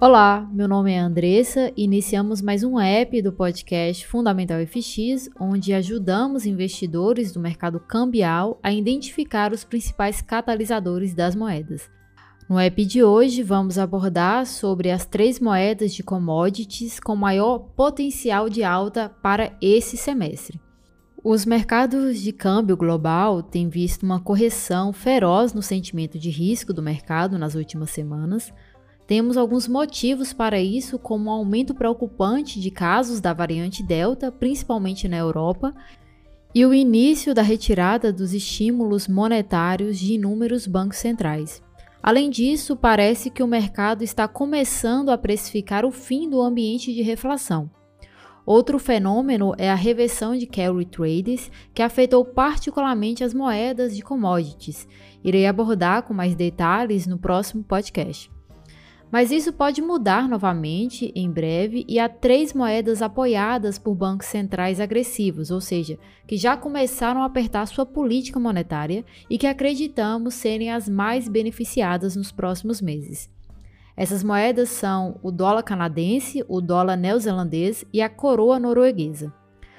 Olá, meu nome é Andressa e iniciamos mais um app do podcast Fundamental FX, onde ajudamos investidores do mercado cambial a identificar os principais catalisadores das moedas. No app de hoje, vamos abordar sobre as 3 moedas de commodities com maior potencial de alta para esse semestre. Os mercados de câmbio global têm visto uma correção feroz no sentimento de risco do mercado nas últimas semanas. Temos alguns motivos para isso, como um aumento preocupante de casos da variante Delta, principalmente na Europa, e o início da retirada dos estímulos monetários de inúmeros bancos centrais. Além disso, parece que o mercado está começando a precificar o fim do ambiente de reflação. Outro fenômeno é a reversão de carry trades, que afetou particularmente as moedas de commodities. Irei abordar com mais detalhes no próximo podcast. Mas isso pode mudar novamente em breve e há 3 moedas apoiadas por bancos centrais agressivos, ou seja, que já começaram a apertar sua política monetária e que acreditamos serem as mais beneficiadas nos próximos meses. Essas moedas são o dólar canadense, o dólar neozelandês e a coroa norueguesa.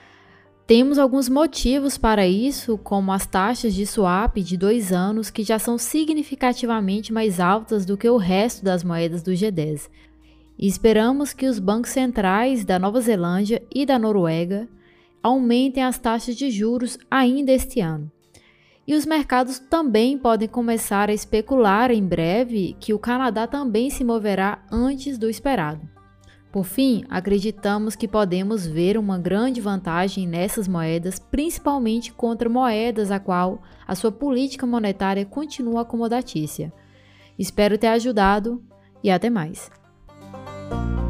Temos alguns motivos para isso, como as taxas de swap de 2 anos, que já são significativamente mais altas do que o resto das moedas do G10. E esperamos que os bancos centrais da Nova Zelândia e da Noruega aumentem as taxas de juros ainda este ano. E os mercados também podem começar a especular em breve que o Canadá também se moverá antes do esperado. Por fim, acreditamos que podemos ver uma grande vantagem nessas moedas, principalmente contra moedas a qual a sua política monetária continua acomodatícia. Espero ter ajudado e até mais.